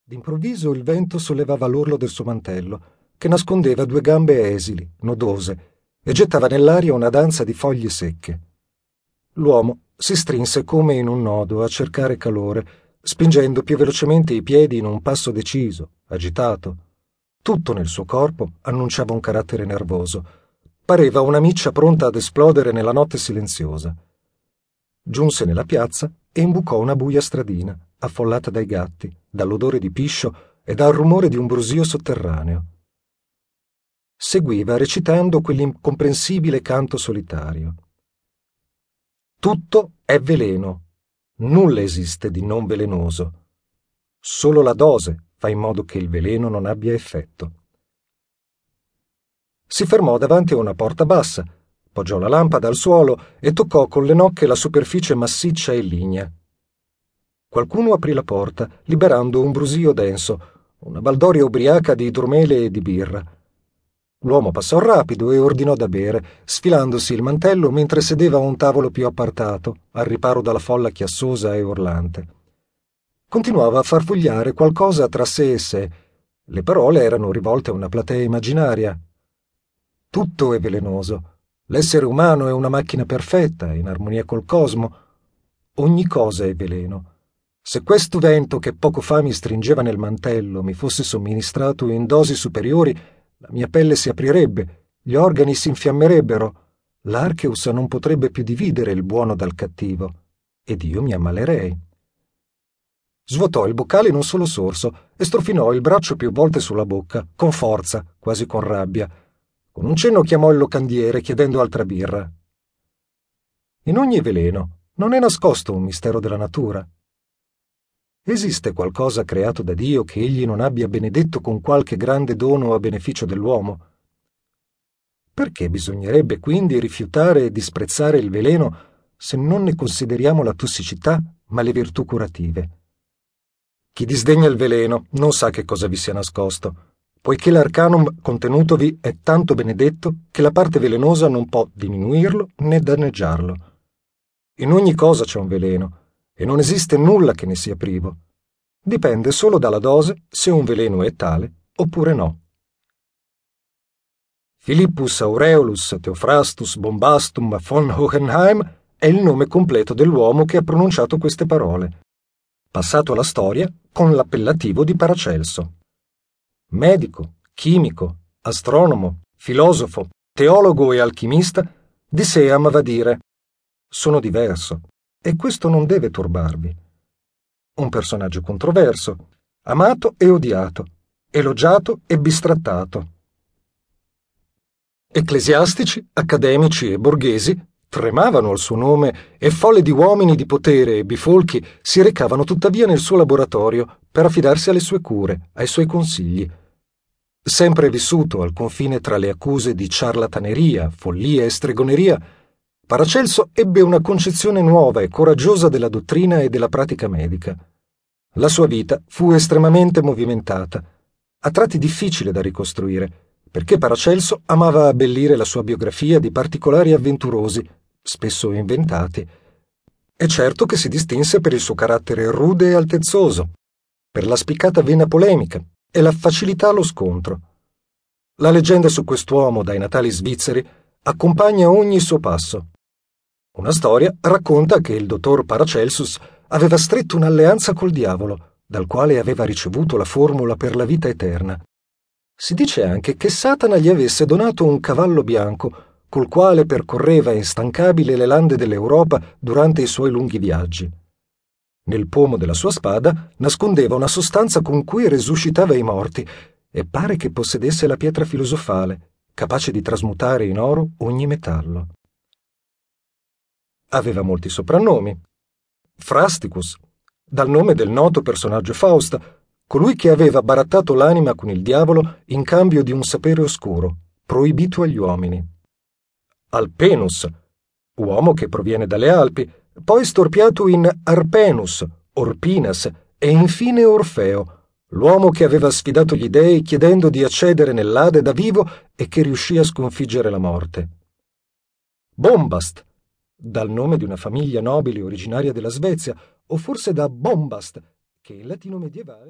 D'improvviso il vento sollevava l'orlo del suo mantello, che nascondeva due gambe esili, nodose, e gettava nell'aria una danza di foglie secche. L'uomo si strinse come in un nodo a cercare calore, spingendo più velocemente i piedi in un passo deciso, agitato. Tutto nel suo corpo annunciava un carattere nervoso. Pareva una miccia pronta ad esplodere nella notte silenziosa. Giunse nella piazza e imbucò una buia stradina, affollata dai gatti, dall'odore di piscio e dal rumore di un brusio sotterraneo. Seguiva recitando quell'incomprensibile canto solitario. Tutto è veleno, nulla esiste di non velenoso. Solo la dose fa in modo che il veleno non abbia effetto. Si fermò davanti a una porta bassa, poggiò la lampada al suolo e toccò con le nocche la superficie massiccia e lignea. Qualcuno aprì la porta, liberando un brusio denso, una baldoria ubriaca di idromele e di birra. L'uomo passò rapido e ordinò da bere, sfilandosi il mantello mentre sedeva a un tavolo più appartato, al riparo dalla folla chiassosa e urlante. Continuava a farfugliare qualcosa tra sé e sé. Le parole erano rivolte a una platea immaginaria. Tutto è velenoso. L'essere umano è una macchina perfetta, in armonia col cosmo. Ogni cosa è veleno. Se questo vento che poco fa mi stringeva nel mantello mi fosse somministrato in dosi superiori, la mia pelle si aprirebbe, gli organi si infiammerebbero, l'Archeus non potrebbe più dividere il buono dal cattivo, ed io mi ammalerei. Svuotò il boccale in un solo sorso e strofinò il braccio più volte sulla bocca, con forza, quasi con rabbia. Con un cenno chiamò il locandiere chiedendo altra birra. In ogni veleno non è nascosto un mistero della natura. Esiste qualcosa creato da Dio che egli non abbia benedetto con qualche grande dono a beneficio dell'uomo? Perché bisognerebbe quindi rifiutare e disprezzare il veleno se non ne consideriamo la tossicità, ma le virtù curative? Chi disdegna il veleno non sa che cosa vi sia nascosto, poiché l'arcanum contenutovi è tanto benedetto che la parte velenosa non può diminuirlo né danneggiarlo. In ogni cosa c'è un veleno, e non esiste nulla che ne sia privo. Dipende solo dalla dose se un veleno è tale oppure no. Philippus Aureolus Theophrastus Bombastum von Hohenheim è il nome completo dell'uomo che ha pronunciato queste parole, passato alla storia con l'appellativo di Paracelso. Medico, chimico, astronomo, filosofo, teologo e alchimista, di sé amava dire: sono diverso, e questo non deve turbarvi. Un personaggio controverso, amato e odiato, elogiato e bistrattato. Ecclesiastici, accademici e borghesi tremavano al suo nome e folle di uomini di potere e bifolchi si recavano tuttavia nel suo laboratorio per affidarsi alle sue cure, ai suoi consigli. Sempre vissuto al confine tra le accuse di ciarlataneria, follia e stregoneria, Paracelso ebbe una concezione nuova e coraggiosa della dottrina e della pratica medica. La sua vita fu estremamente movimentata, a tratti difficile da ricostruire, perché Paracelso amava abbellire la sua biografia di particolari avventurosi, spesso inventati. È certo che si distinse per il suo carattere rude e altezzoso, per la spiccata vena polemica e la facilità allo scontro. La leggenda su quest'uomo dai natali svizzeri accompagna ogni suo passo. Una storia racconta che il dottor Paracelsus aveva stretto un'alleanza col diavolo, dal quale aveva ricevuto la formula per la vita eterna. Si dice anche che Satana gli avesse donato un cavallo bianco, col quale percorreva instancabile le lande dell'Europa durante i suoi lunghi viaggi. Nel pomo della sua spada nascondeva una sostanza con cui resuscitava i morti, e pare che possedesse la pietra filosofale, capace di trasmutare in oro ogni metallo. Aveva molti soprannomi. Frasticus, dal nome del noto personaggio Fausta, colui che aveva barattato l'anima con il diavolo in cambio di un sapere oscuro, proibito agli uomini. Alpenus, uomo che proviene dalle Alpi, poi storpiato in Arpenus, Orpinas e infine Orfeo, l'uomo che aveva sfidato gli dei chiedendo di accedere nell'Ade da vivo e che riuscì a sconfiggere la morte. Bombast, dal nome di una famiglia nobile originaria della Svezia, o forse da Bombast, che in latino medievale